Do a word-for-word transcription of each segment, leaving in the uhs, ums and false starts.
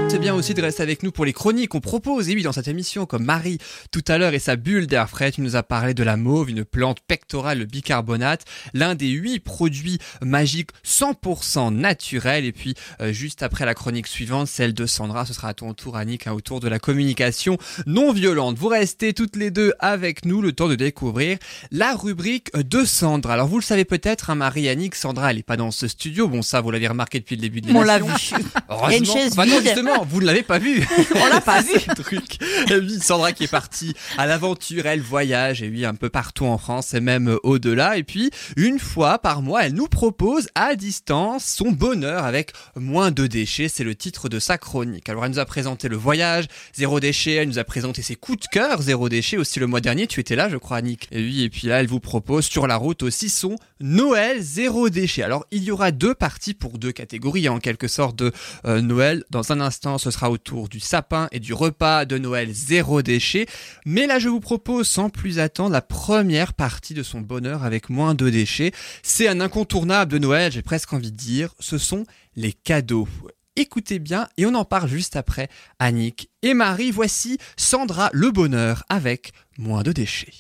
C'est bien aussi de rester avec nous pour les chroniques qu'on propose. Et oui, dans cette émission, comme Marie tout à l'heure et sa bulle d'air frais, tu nous as parlé de la mauve, une plante pectorale, le bicarbonate, l'un des huit produits magiques cent pour cent naturels. Et puis, euh, juste après la chronique suivante, celle de Sandra, ce sera à ton tour, Annick, hein, autour de la communication non violente. Vous restez toutes les deux avec nous, le temps de découvrir la rubrique de Sandra. Alors, vous le savez peut-être, hein, Marie et Annick, Sandra, elle n'est pas dans ce studio. Bon, ça, vous l'avez remarqué depuis le début de l'émission. On l'a vu. Heureusement. Il y a une chaise bah non, vide. justement, vous ne l'avez pas vu. On l'a pas vu. Truc. Et oui, Sandra qui est partie à l'aventure, elle voyage, et oui, un peu partout en France et même au-delà. Et puis, une fois par mois, elle nous propose à distance son bonheur avec moins de déchets. C'est le titre de sa chronique. Alors, elle nous a présenté le voyage zéro déchet, elle nous a présenté ses coups de cœur zéro déchet. Aussi le mois dernier, tu étais là, je crois, Annick. Et oui, et puis là, elle vous propose sur la route aussi son Noël zéro déchet. Alors, il y aura deux parties pour deux catégories, en quelque sorte, de euh, Noël. Dans un instant, ce sera autour du sapin et du repas de Noël zéro déchet. Mais là, je vous propose sans plus attendre la première partie de son bonheur avec moins de déchets. C'est un incontournable de Noël, j'ai presque envie de dire. Ce sont les cadeaux. Écoutez bien et on en parle juste après. Annick et Marie, voici Sandra le bonheur avec moins de déchets.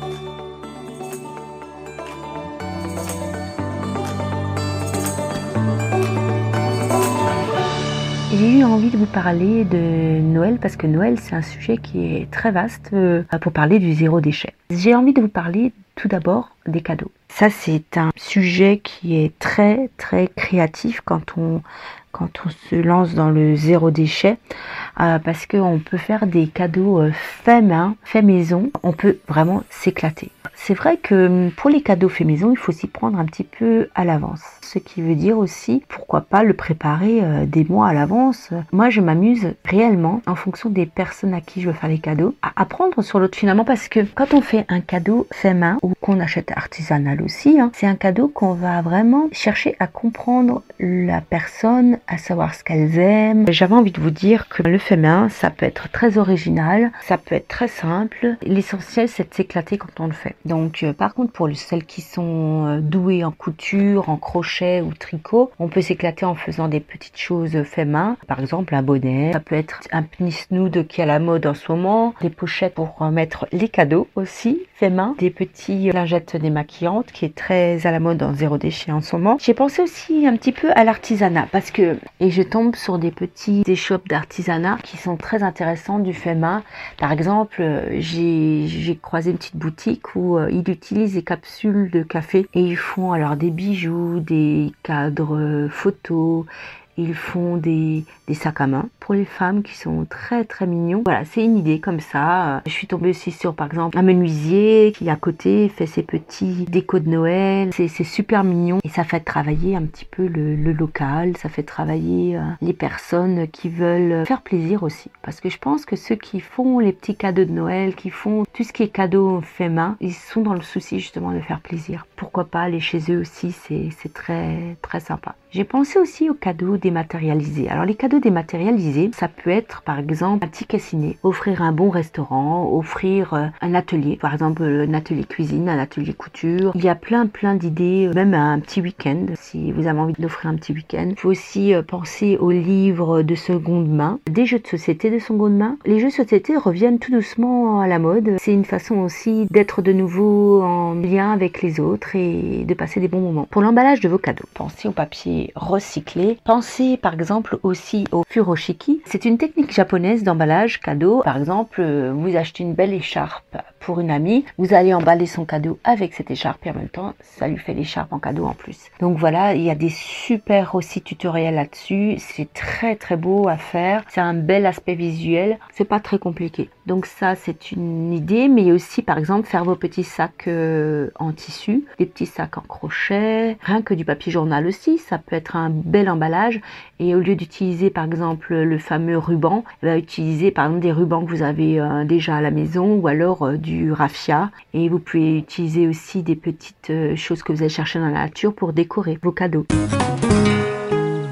J'ai eu envie de vous parler de Noël parce que Noël, c'est un sujet qui est très vaste euh, pour parler du zéro déchet. J'ai envie de vous parler tout d'abord des cadeaux. Ça, c'est un sujet qui est très, très créatif quand on, quand on se lance dans le zéro déchet euh, parce qu'on peut faire des cadeaux euh, faits main, faits maison. On peut vraiment s'éclater. C'est vrai que pour les cadeaux faits maison, il faut s'y prendre un petit peu à l'avance. Ce qui veut dire aussi, pourquoi pas le préparer euh, des mois à l'avance. Moi, je m'amuse réellement, en fonction des personnes à qui je veux faire les cadeaux, à apprendre sur l'autre finalement, parce que quand on fait un cadeau fait main, ou qu'on achète artisanal aussi, hein, c'est un cadeau qu'on va vraiment chercher à comprendre la personne, à savoir ce qu'elles aiment. J'avais envie de vous dire que le fait main, ça peut être très original, ça peut être très simple. L'essentiel, c'est de s'éclater quand on le fait. Donc, euh, par contre, pour celles qui sont euh, douées en couture, en crochet ou tricot, on peut s'éclater en faisant des petites choses fait main. Par exemple, un bonnet, ça peut être un pnisnood qui est à la mode en ce moment, des pochettes pour mettre les cadeaux aussi fait main, des petits lingettes démaquillantes qui est très à la mode en zéro déchet en ce moment. J'ai pensé aussi un petit peu à l'artisanat parce que, et je tombe sur des petits échoppes d'artisanat qui sont très intéressants du fait main. Par exemple, j'ai, j'ai croisé une petite boutique où euh, ils utilisent des capsules de café et ils font alors des bijoux, des cadres photos, ils font des, des sacs à main pour les femmes qui sont très très mignons. Voilà, c'est une idée comme ça. Je suis tombée aussi sur par exemple un menuisier qui à côté fait ses petits décos de Noël. C'est, c'est super mignon et ça fait travailler un petit peu le, le local, ça fait travailler euh, les personnes qui veulent faire plaisir aussi. Parce que je pense que ceux qui font les petits cadeaux de Noël, qui font tout ce qui est cadeau fait main, ils sont dans le souci justement de faire plaisir. Pourquoi pas aller chez eux aussi, c'est, c'est très très sympa. J'ai pensé aussi aux cadeaux dématérialisés. Alors les cadeaux dématérialisés, ça peut être par exemple un ticket ciné, offrir un bon restaurant, offrir euh, un atelier, par exemple un atelier cuisine, un atelier couture. Il y a plein plein d'idées, même un petit week-end si vous avez envie d'offrir un petit week-end. Il faut aussi euh, penser aux livres de seconde main, des jeux de société de seconde main. Les jeux de société reviennent tout doucement à la mode. C'est une façon aussi d'être de nouveau en lien avec les autres et de passer des bons moments. Pour l'emballage de vos cadeaux, pensez au papier recyclé. Pensez par exemple aussi au furoshiki. C'est une technique japonaise d'emballage cadeau. Par exemple, vous achetez une belle écharpe pour une amie, vous allez emballer son cadeau avec cette écharpe et en même temps, ça lui fait l'écharpe en cadeau en plus. Donc voilà, il y a des super aussi tutoriels là-dessus. C'est très très beau à faire. C'est un bel aspect visuel. C'est pas très compliqué. Donc ça, c'est une idée, mais aussi par exemple faire vos petits sacs euh, en tissu, des petits sacs en crochet, rien que du papier journal aussi, ça peut être un bel emballage. Et au lieu d'utiliser par exemple le fameux ruban, bah, utilisez par exemple des rubans que vous avez euh, déjà à la maison ou alors euh, du raffia. Et vous pouvez utiliser aussi des petites euh, choses que vous allez chercher dans la nature pour décorer vos cadeaux.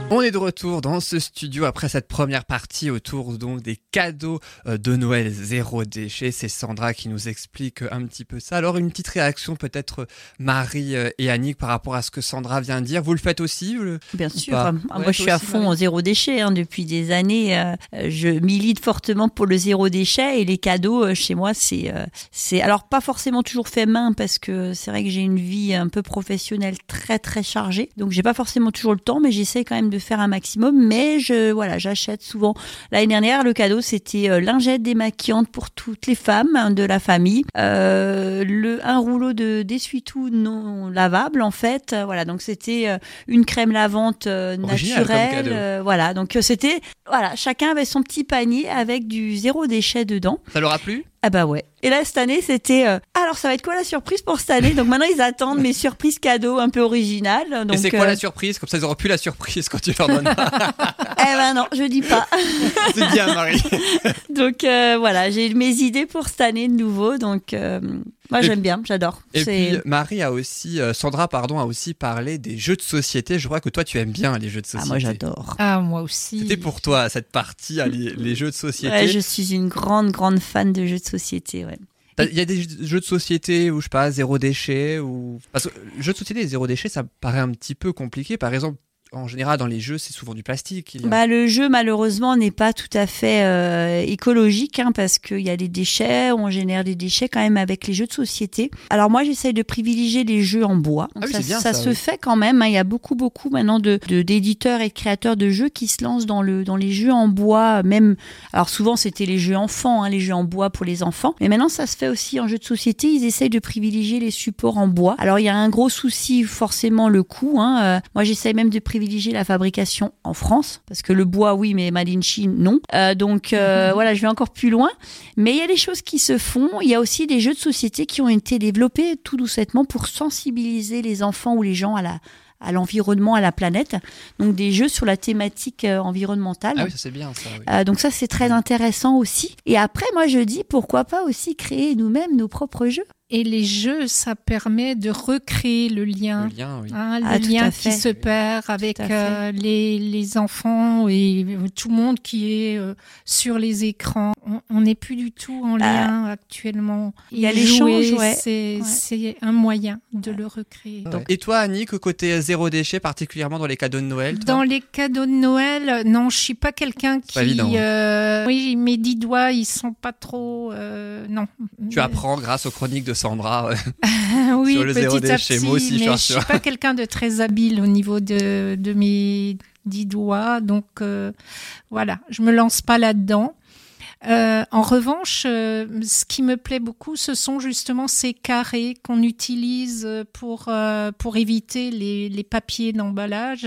On est de retour dans ce studio après cette première partie autour donc des cadeaux de Noël zéro déchet. C'est Sandra qui nous explique un petit peu ça. Alors une petite réaction peut-être Marie et Annick par rapport à ce que Sandra vient de dire. Vous le faites aussi le... Bien sûr. Ouais, Moi je suis à fond Marie. Au zéro déchet hein, depuis des années. Euh, je milite fortement pour le zéro déchet et les cadeaux euh, chez moi c'est euh, c'est alors pas forcément toujours fait main parce que c'est vrai que j'ai une vie un peu professionnelle très très chargée. Donc j'ai pas forcément toujours le temps, mais j'essaie quand même de faire un maximum, mais je voilà, j'achète souvent. L'année dernière, le cadeau c'était euh, lingettes démaquillantes pour toutes les femmes hein, de la famille, euh, le un rouleau de d'essuie-tout non lavable en fait, euh, voilà, donc c'était euh, une crème lavante euh, naturelle, euh, voilà, donc euh, c'était voilà, chacun avait son petit panier avec du zéro déchet dedans. Ça leur a plu ? Ah bah ouais. Et là, cette année, c'était... Euh, alors, ça va être quoi la surprise pour cette année ? Donc maintenant, ils attendent mes surprises cadeaux un peu originales. Donc, et c'est quoi euh... la surprise ? Comme ça, ils auront plus la surprise quand tu leur donnes. Eh ben non, je dis pas. C'est bien, Marie. Donc euh, voilà, j'ai mes idées pour cette année de nouveau. Donc euh, moi, et j'aime bien, j'adore. Et c'est... puis, Marie a aussi... Euh, Sandra, pardon, a aussi parlé des jeux de société. Je crois que toi, tu aimes bien les jeux de société. Ah, moi, j'adore. Ah, moi aussi. C'était pour toi, cette partie, les, les jeux de société. Ouais, je suis une grande, grande fan de jeux de société, ouais. Il y a des jeux de société où, je sais pas, zéro déchet ou... Parce que jeux de société et zéro déchet, ça me paraît un petit peu compliqué. Par exemple, en général, dans les jeux, c'est souvent du plastique. Il y a... Bah, le jeu, malheureusement, n'est pas tout à fait euh, écologique hein, parce qu'il y a des déchets, on génère des déchets quand même avec les jeux de société. Alors moi, j'essaye de privilégier les jeux en bois. Donc ah oui, ça c'est bien, ça, ça se oui. fait quand même. Hein. Il y a beaucoup, beaucoup maintenant de, de, d'éditeurs et de créateurs de jeux qui se lancent dans, le, dans les jeux en bois. Même, alors souvent, c'était les jeux enfants, hein, les jeux en bois pour les enfants. Mais maintenant, ça se fait aussi en jeu de société. Ils essayent de privilégier les supports en bois. Alors, il y a un gros souci, forcément, le coût. Hein. Euh, moi, j'essaye même de privilégier la fabrication en France, parce que le bois, oui, mais made in Chine, non. Euh, donc euh, mmh. voilà, je vais encore plus loin. Mais il y a des choses qui se font. Il y a aussi des jeux de société qui ont été développés tout doucement pour sensibiliser les enfants ou les gens à la à l'environnement, à la planète. Donc des jeux sur la thématique euh, environnementale. Ah oui, ça c'est bien ça. Oui. Euh, donc ça c'est très intéressant aussi. Et après, moi je dis pourquoi pas aussi créer nous-mêmes nos propres jeux. Et les jeux, ça permet de recréer le lien, le lien, oui. hein, le ah, lien qui se perd avec euh, les, les enfants et tout le monde qui est euh, sur les écrans. On n'est plus du tout en lien euh, actuellement. Il y a l'échange, ouais. C'est, ouais. c'est un moyen de ouais. le recréer. Ouais. Et toi, Annick, côté zéro déchet, particulièrement dans les cadeaux de Noël toi Dans les cadeaux de Noël, non, je suis pas quelqu'un qui... Pas évident, euh, oui, mes dix doigts, ils sont pas trop... Euh, non. Tu apprends grâce aux chroniques de Sandra euh, oui, sur le zéro déchet. Petit, moi aussi, mais je suis pas quelqu'un de très habile au niveau de, de mes dix doigts. Donc, euh, voilà, je me lance pas là-dedans. Euh, en revanche, euh, ce qui me plaît beaucoup, ce sont justement ces carrés qu'on utilise pour, euh, pour éviter les, les papiers d'emballage.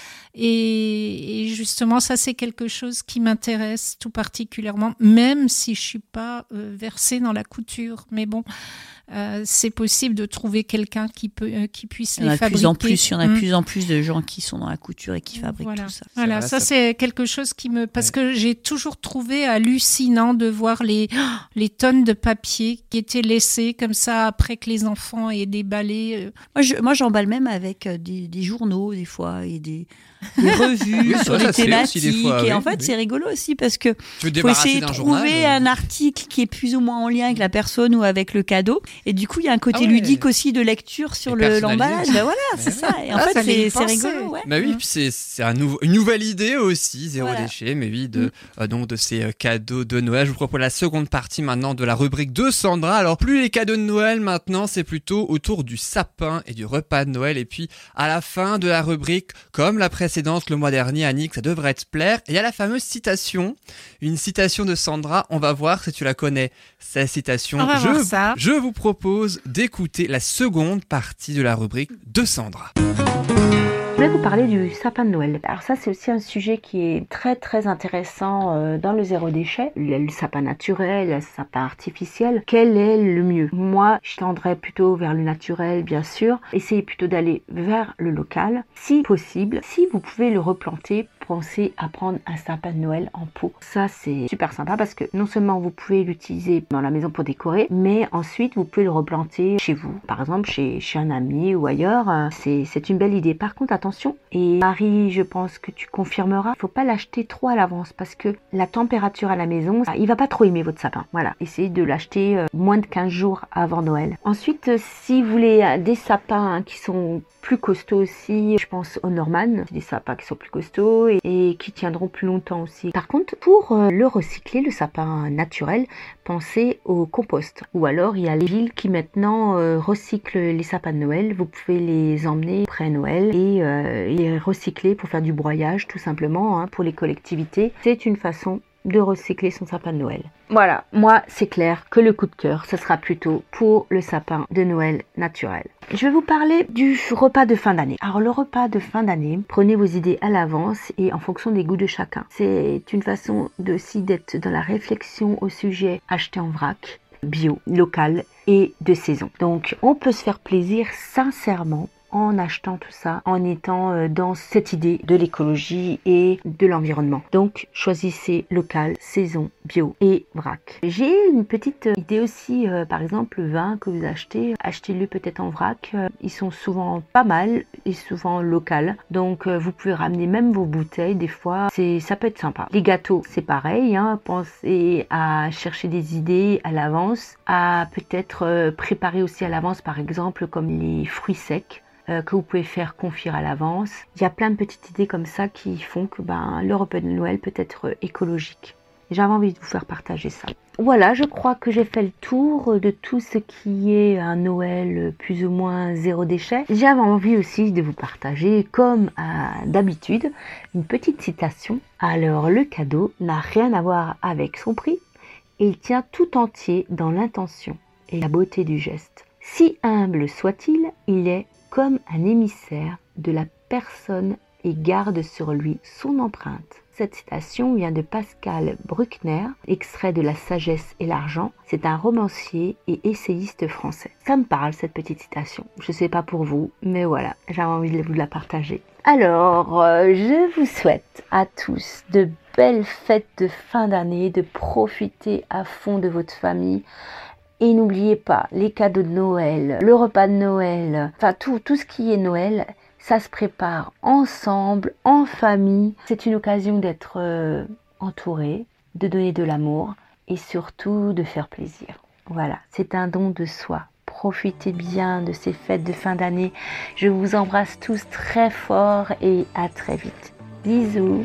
Et, et justement, ça, c'est quelque chose qui m'intéresse tout particulièrement, même si je suis pas euh, versée dans la couture. Mais bon, euh, c'est possible de trouver quelqu'un qui peut, euh, qui puisse les fabriquer. Il y en a de plus en plus, il y en a de plus en plus de gens qui sont dans la couture et qui fabriquent voilà. tout ça. Voilà, vrai, ça, ça c'est quelque chose qui me, parce ouais. que j'ai toujours trouvé hallucinant de voir les les tonnes de papier qui étaient laissés comme ça après que les enfants aient déballé. Moi, je, moi, j'emballe même avec des, des journaux des fois et des des revues oui, sur ça, les ça thématiques des fois, et oui, en fait oui. c'est rigolo aussi parce que tu veux faut essayer de trouver journal, un article qui est plus ou moins en lien avec la personne ou avec le cadeau et du coup il y a un côté ah ouais. ludique aussi de lecture sur le, l'emballage. Ben voilà, c'est ouais. ça. Et en ah, fait c'est, c'est rigolo. Ouais. Bah oui, puis c'est, c'est un nouveau, une nouvelle idée aussi, zéro voilà. déchet, mais oui, de, mm. euh, donc de ces euh, cadeaux de Noël. Je vous propose la seconde partie maintenant de la rubrique de Sandra. Alors plus les cadeaux de Noël maintenant, c'est plutôt autour du sapin et du repas de Noël. Et puis à la fin de la rubrique, comme la précédente le mois dernier, Annick, ça devrait te plaire. Il y a la fameuse citation, une citation de Sandra. On va voir si tu la connais. Cette citation, On va je, voir ça. je vous propose d'écouter la seconde partie de la rubrique de Sandra. Je voulais vous parler du sapin de Noël. Alors ça, c'est aussi un sujet qui est très très intéressant euh, dans le zéro déchet. Le, le sapin naturel, le sapin artificiel, quel est le mieux? Moi, je tendrais plutôt vers le naturel, bien sûr. Essayez plutôt d'aller vers le local. Si possible, si vous pouvez le replanter, pensez à prendre un sapin de Noël en pot. Ça, c'est super sympa parce que non seulement vous pouvez l'utiliser dans la maison pour décorer, mais ensuite vous pouvez le replanter chez vous. Par exemple, chez, chez un ami ou ailleurs. C'est, c'est une belle idée. Par contre, attention, attention. Et Marie, je pense que tu confirmeras, il faut pas l'acheter trop à l'avance parce que la température à la maison, il va pas trop aimer votre sapin. Voilà, essayez de l'acheter euh, moins de quinze jours avant Noël. Ensuite, euh, si vous voulez euh, des sapins hein, qui sont plus costauds aussi, je pense aux Norman, c'est des sapins qui sont plus costauds et, et qui tiendront plus longtemps aussi. Par contre, pour euh, le recycler, le sapin naturel, pensez au compost. Ou alors, il y a les villes qui maintenant euh, recyclent les sapins de Noël. Vous pouvez les emmener après Noël et euh, les recycler pour faire du broyage, tout simplement, hein, pour les collectivités. C'est une façon de recycler son sapin de Noël. Voilà, moi c'est clair que le coup de cœur, ce sera plutôt pour le sapin de Noël naturel. Je vais vous parler du repas de fin d'année. Alors le repas de fin d'année, prenez vos idées à l'avance et en fonction des goûts de chacun. C'est une façon de, aussi d'être dans la réflexion au sujet acheté en vrac, bio, local et de saison. Donc on peut se faire plaisir sincèrement en achetant tout ça, en étant dans cette idée de l'écologie et de l'environnement. Donc, choisissez local, saison, bio et vrac. J'ai une petite idée aussi, euh, par exemple, le vin que vous achetez, achetez-le peut-être en vrac. Euh, ils sont souvent pas mal et souvent local. Donc, euh, vous pouvez ramener même vos bouteilles. Des fois, c'est, ça peut être sympa. Les gâteaux, c'est pareil. Hein, pensez à chercher des idées à l'avance, à peut-être euh, préparer aussi à l'avance, par exemple, comme les fruits secs. Euh, que vous pouvez faire confire à l'avance. Il y a plein de petites idées comme ça qui font que ben, le repas de Noël peut être écologique. J'avais envie de vous faire partager ça. Voilà, je crois que j'ai fait le tour de tout ce qui est un Noël plus ou moins zéro déchet. J'avais envie aussi de vous partager, comme à, d'habitude, une petite citation. Alors, le cadeau n'a rien à voir avec son prix et il tient tout entier dans l'intention et la beauté du geste. Si humble soit-il, il est comme un émissaire de la personne et garde sur lui son empreinte. Cette citation vient de Pascal Bruckner, extrait de La sagesse et l'argent. C'est un romancier et essayiste français. Ça me parle cette petite citation. Je sais pas pour vous, mais voilà, j'avais envie de vous la partager. Alors, euh, je vous souhaite à tous de belles fêtes de fin d'année, de profiter à fond de votre famille. Et n'oubliez pas, les cadeaux de Noël, le repas de Noël, enfin tout, tout ce qui est Noël, ça se prépare ensemble, en famille. C'est une occasion d'être euh, entouré, de donner de l'amour et surtout de faire plaisir. Voilà, c'est un don de soi. Profitez bien de ces fêtes de fin d'année. Je vous embrasse tous très fort et à très vite. Bisous.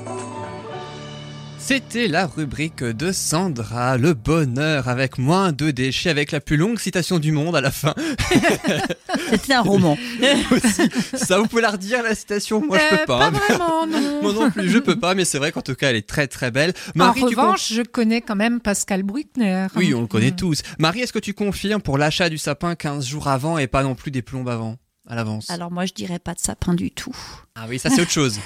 C'était la rubrique de Sandra, le bonheur avec moins de déchets, avec la plus longue citation du monde à la fin. C'était un roman. Aussi. Ça, vous pouvez la redire, la citation? Moi, je peux Euh, pas. pas vraiment, non. Moi non plus, je peux pas, mais c'est vrai qu'en tout cas, elle est très très belle. Marie, en tu revanche, je connais quand même Pascal Bruckner. Oui, on le connaît Mm. tous. Marie, est-ce que tu confirmes pour l'achat du sapin quinze jours avant et pas non plus des plombes avant, à l'avance? Alors moi, je dirais pas de sapin du tout. Ah oui, ça c'est autre chose.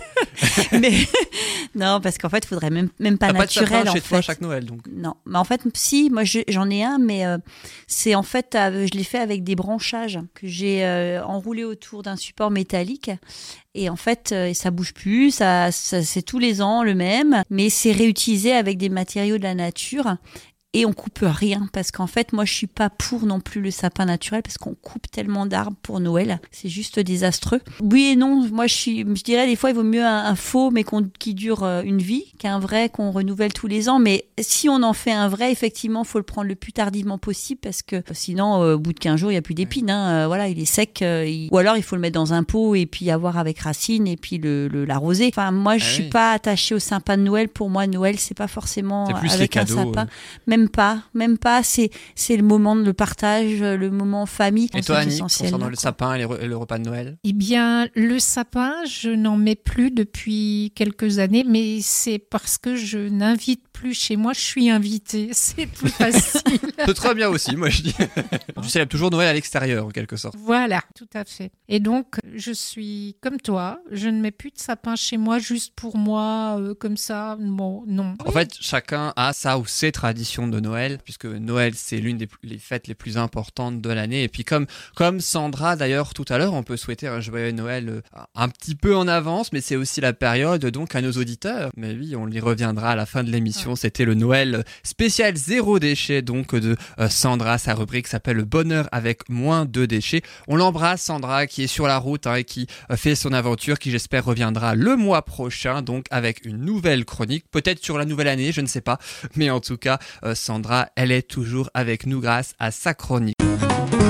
Mais non, parce qu'en fait, il faudrait même, même pas T'as pas de naturel. sapin en chez fait. toi chaque Noël, donc. Non, mais en fait, si, moi je- j'en ai un, mais euh, c'est en fait, euh, je l'ai fait avec des branchages que j'ai euh, enroulés autour d'un support métallique. Et en fait, euh, ça bouge plus, ça, ça, c'est tous les ans le même, mais c'est réutilisé avec des matériaux de la nature. Et on coupe rien parce qu'en fait, moi, je suis pas pour non plus le sapin naturel parce qu'on coupe tellement d'arbres pour Noël. C'est juste désastreux. Oui et non. Moi, je suis, je dirais des fois, il vaut mieux un, un faux mais qu'on, qui dure euh, une vie qu'un vrai qu'on renouvelle tous les ans. Mais si on en fait un vrai, effectivement, faut le prendre le plus tardivement possible parce que sinon, euh, au bout de quinze jours, il y a plus d'épines. Hein. Euh, voilà, il est sec. Euh, il... Ou alors, il faut le mettre dans un pot et puis avoir avec racines et puis le, le l'arroser. Enfin, moi, je Ah suis oui. pas attachée au sapin de Noël. Pour moi, Noël, c'est pas forcément C'est plus les avec un cadeaux, sapin. euh. Même pas, même pas. C'est, c'est le moment de le partage, le moment famille. Et C'est toi, Annie, essentiel, concernant là, le quoi. sapin et, les re- et le repas de Noël? Eh bien, le sapin, je n'en mets plus depuis quelques années, mais c'est parce que je n'invite plus chez moi, je suis invitée. C'est plus facile. C'est très bien aussi, moi je dis. Tu célèbres toujours Noël à l'extérieur, en quelque sorte. Voilà, tout à fait. Et donc, je suis comme toi, je ne mets plus de sapin chez moi juste pour moi, euh, comme ça. Bon, non. En fait, chacun a sa ou ses traditions de Noël, puisque Noël, c'est l'une des les fêtes les plus importantes de l'année. Et puis, comme, comme Sandra, d'ailleurs, tout à l'heure, on peut souhaiter un joyeux Noël euh, un petit peu en avance, mais c'est aussi la période, donc, à nos auditeurs. Mais oui, on y reviendra à la fin de l'émission. l'émission. C'était le Noël spécial zéro déchet, donc de euh, Sandra. Sa rubrique s'appelle le bonheur avec moins de déchets. On l'embrasse, Sandra, qui est sur la route hein, et qui euh, fait son aventure, qui j'espère reviendra le mois prochain, donc avec une nouvelle chronique, peut-être sur la nouvelle année, je ne sais pas. Mais en tout cas, euh, Sandra, elle est toujours avec nous grâce à sa chronique.